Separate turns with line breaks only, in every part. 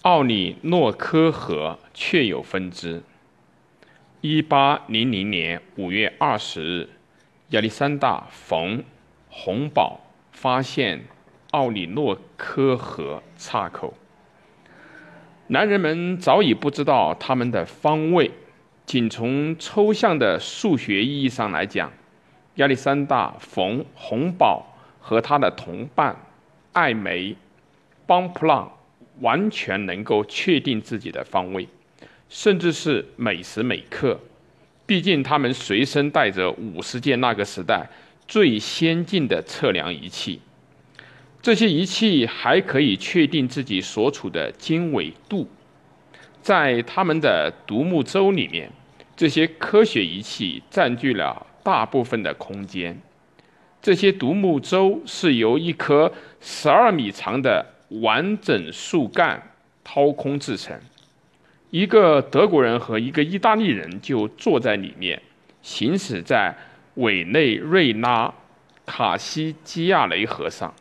奥里诺科河确有分支。1800年5月20日，亚历山大·冯·洪堡发现奥里诺科河岔口。男人们早已不知道它们的方位，仅从抽象的数学意义上来讲，亚历山大·冯·洪堡和他的同伴艾梅·邦普朗完全能够确定自己的方位，甚至是每时每刻。毕竟他们随身带着50件那个时代最先进的测量仪器，这些仪器还可以确定自己所处的经纬度。在他们的独木舟里面，这些科学仪器占据了大部分的空间。这些独木舟是由一棵12米长的完整树干掏空制成。一个德国人和一个意大利人就坐在里面，行驶在委内瑞拉卡西基亚雷河上。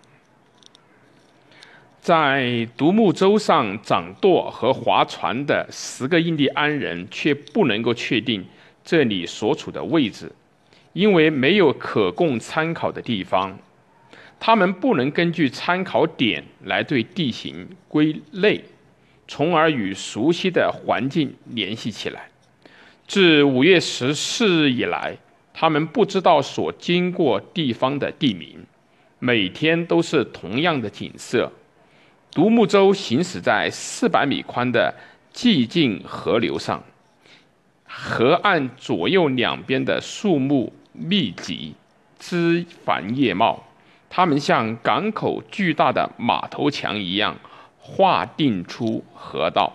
在独木舟上掌舵和划船的10个印第安人却不能够确定这里所处的位置，因为没有可供参考的地方。他们不能根据参考点来对地形归类，从而与熟悉的环境联系起来。自5月14日以来，他们不知道所经过地方的地名，每天都是同样的景色。独木舟行驶在400米宽的寂静河流上，河岸左右两边的树木密集，枝繁叶茂，它们像港口巨大的码头墙一样划定出河道。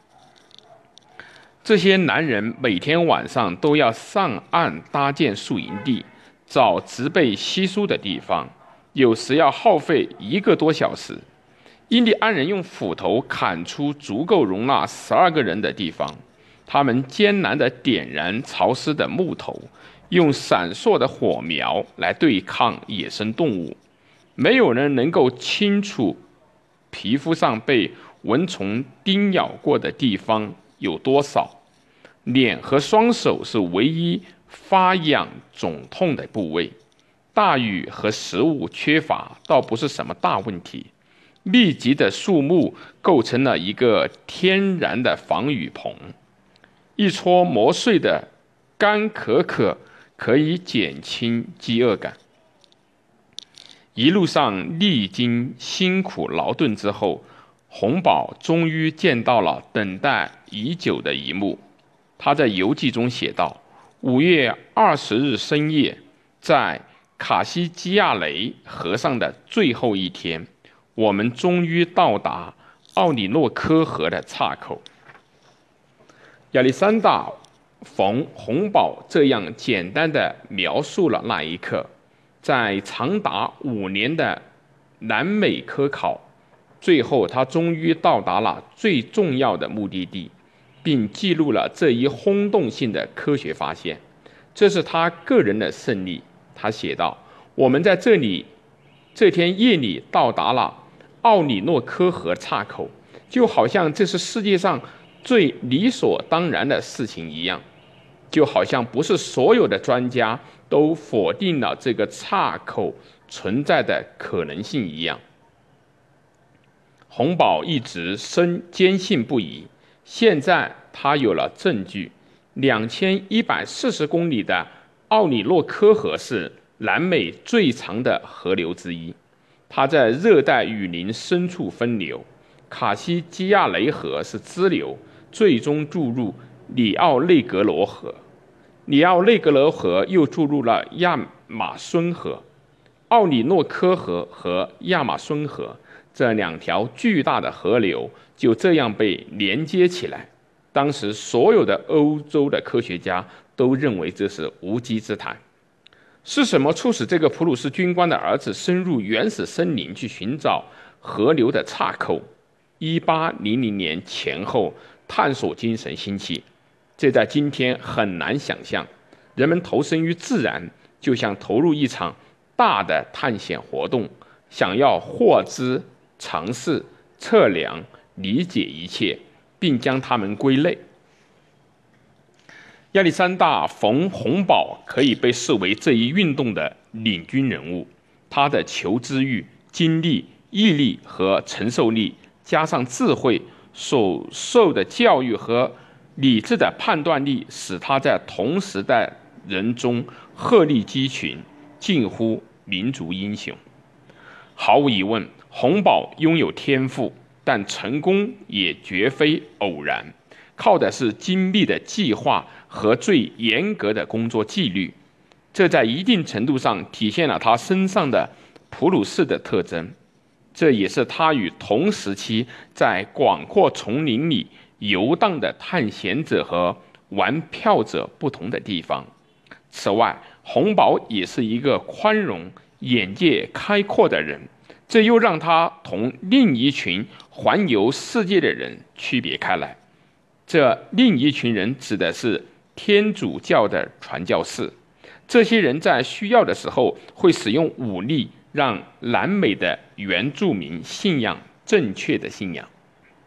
这些男人每天晚上都要上岸搭建宿营地，找植被稀疏的地方，有时要耗费1个多小时。印第安人用斧头砍出足够容纳12个人的地方，他们艰难地点燃潮湿的木头，用闪烁的火苗来对抗野生动物。没有人能够清楚皮肤上被蚊虫叮咬过的地方有多少。脸和双手是唯一发痒肿痛的部位。大雨和食物缺乏倒不是什么大问题。密集的树木构成了一个天然的防雨棚，一撮磨碎的干可可可以减轻饥饿感。一路上历经辛苦劳顿之后，洪堡终于见到了等待已久的一幕。他在游记中写道：5月20日深夜，在卡西基亚雷河上的最后一天，我们终于到达奥里诺科河的岔口。亚历山大·冯·洪堡这样简单地描述了那一刻。在长达5年的南美科考，最后他终于到达了最重要的目的地，并记录了这一轰动性的科学发现。这是他个人的胜利。他写道：我们在这天夜里到达了奥里诺科河岔口，就好像这是世界上最理所当然的事情一样，就好像不是所有的专家都否定了这个岔口存在的可能性一样。洪堡一直坚信不疑，现在他有了证据。2140公里的奥里诺科河是南美最长的河流之一，它在热带雨林深处分流。卡西基亚雷河是支流，最终注入里奥内格罗河。里奥内格罗河又注入了亚马孙河。奥里诺科河和亚马孙河这2条巨大的河流就这样被连接起来。当时所有的欧洲的科学家都认为这是无稽之谈。是什么促使这个普鲁士军官的儿子深入原始森林去寻找河流的岔口？1800年前后，探索精神兴起，这在今天很难想象。人们投身于自然，就像投入一场大的探险活动，想要获知、尝试、测量、 理解一切，并将它们归类。亚历山大·冯·洪堡可以被视为这一运动的领军人物，他的求知欲、精力、毅力和承受力，加上智慧、所受的教育和理智的判断力，使他在同时代人中鹤立鸡群，近乎民族英雄。毫无疑问，洪堡拥有天赋，但成功也绝非偶然，靠的是精密的计划和最严格的工作纪律。这在一定程度上体现了他身上的普鲁士的特征，这也是他与同时期在广阔丛林里游荡的探险者和玩票者不同的地方。此外，洪堡也是一个宽容、眼界开阔的人，这又让他同另一群环游世界的人区别开来。这另一群人指的是天主教的传教士，这些人在需要的时候会使用武力，让南美的原住民信仰正确的信仰。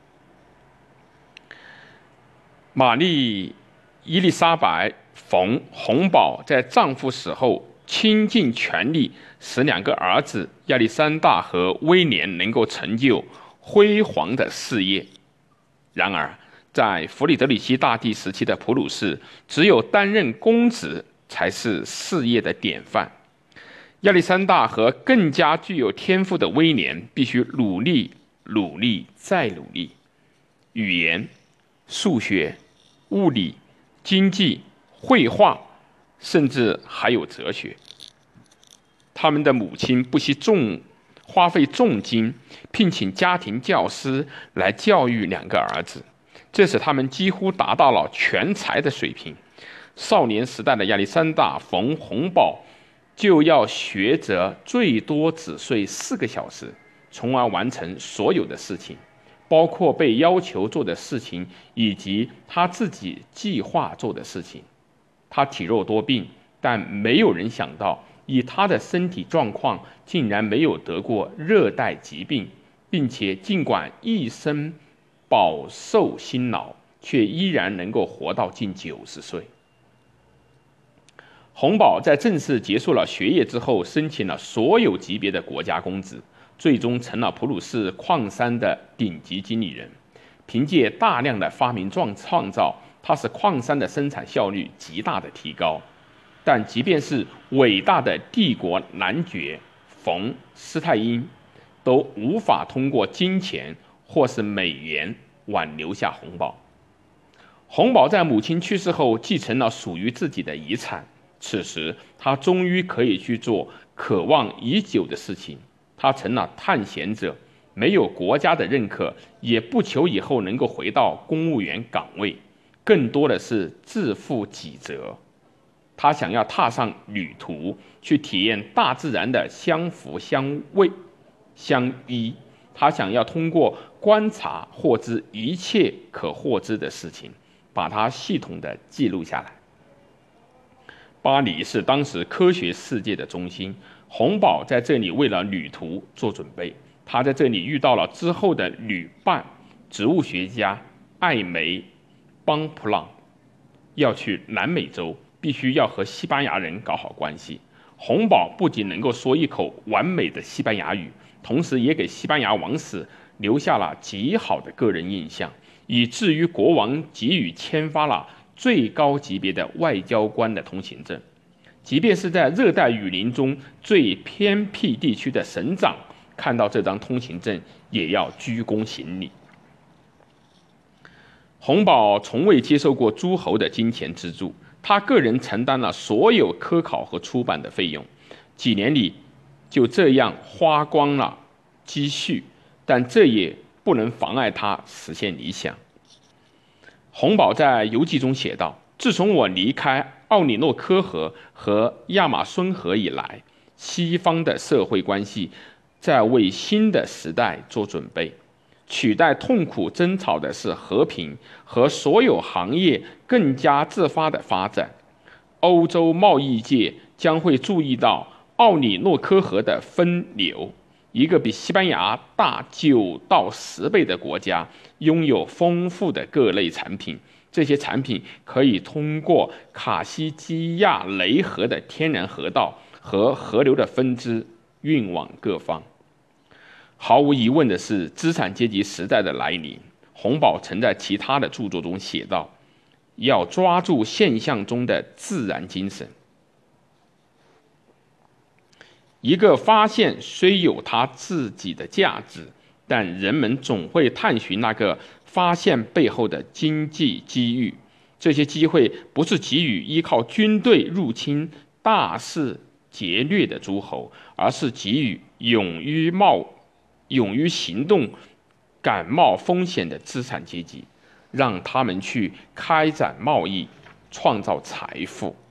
玛丽·伊丽莎白·冯·洪堡在丈夫死后倾尽全力，使2个儿子亚历山大和威廉能够成就辉煌的事业。然而，在弗里德里希大帝时期的普鲁士，只有担任公职才是事业的典范。亚历山大和更加具有天赋的威廉必须努力、努力再努力。语言、数学、物理、经济、绘画，甚至还有哲学。他们的母亲不惜花费重金聘请家庭教师来教育2个儿子，这使他们几乎达到了全才的水平。少年时代的亚历山大·冯·洪堡就要学着最多只睡4个小时，从而完成所有的事情，包括被要求做的事情以及他自己计划做的事情。他体弱多病，但没有人想到以他的身体状况竟然没有得过热带疾病，并且尽管一生饱受辛劳，却依然能够活到近90岁。洪堡在正式结束了学业之后，申请了所有级别的国家公职，最终成了普鲁士矿山的顶级经理人。凭借大量的发明创造，他使矿山的生产效率极大的提高。但即便是伟大的帝国男爵冯·施泰因，都无法通过金钱或是美元挽留下洪堡。洪堡在母亲去世后继承了属于自己的遗产，此时他终于可以去做渴望已久的事情。他成了探险者，没有国家的认可，也不求以后能够回到公务员岗位，更多的是自负己责。他想要踏上旅途，去体验大自然的相扶相依。他想要通过观察获知一切可获知的事情，把它系统地记录下来。巴黎是当时科学世界的中心，洪堡在这里为了旅途做准备。他在这里遇到了之后的旅伴植物学家艾梅·邦普朗。要去南美洲，必须要和西班牙人搞好关系。洪堡不仅能够说一口完美的西班牙语，同时也给西班牙王室留下了极好的个人印象，以至于国王给予签发了最高级别的外交官的通行证。即便是在热带雨林中最偏僻地区的省长，看到这张通行证也要鞠躬行礼。洪堡从未接受过诸侯的金钱资助，他个人承担了所有科考和出版的费用，几年里就这样花光了积蓄，但这也不能妨碍他实现理想。洪堡在游记中写道：自从我离开奥里诺科河和亚马孙河以来，西方的社会关系在为新的时代做准备。取代痛苦争吵的是和平和所有行业更加自发的发展。欧洲贸易界将会注意到奥里诺科河的分流， 一个比西班牙大9到10倍的国家，拥有丰富的各类产品。这些产品可以通过卡西基亚雷河的天然河道和河流的分支运往各方。毫无疑问的是，资产阶级时代的来临。洪堡曾在其他的著作中写道：要抓住现象中的自然精神。一个发现虽有它自己的价值，但人们总会探寻那个发现背后的经济机遇。这些机会不是给予依靠军队入侵、大肆劫掠的诸侯，而是给予勇于行动、敢冒风险的资产阶级，让他们去开展贸易，创造财富。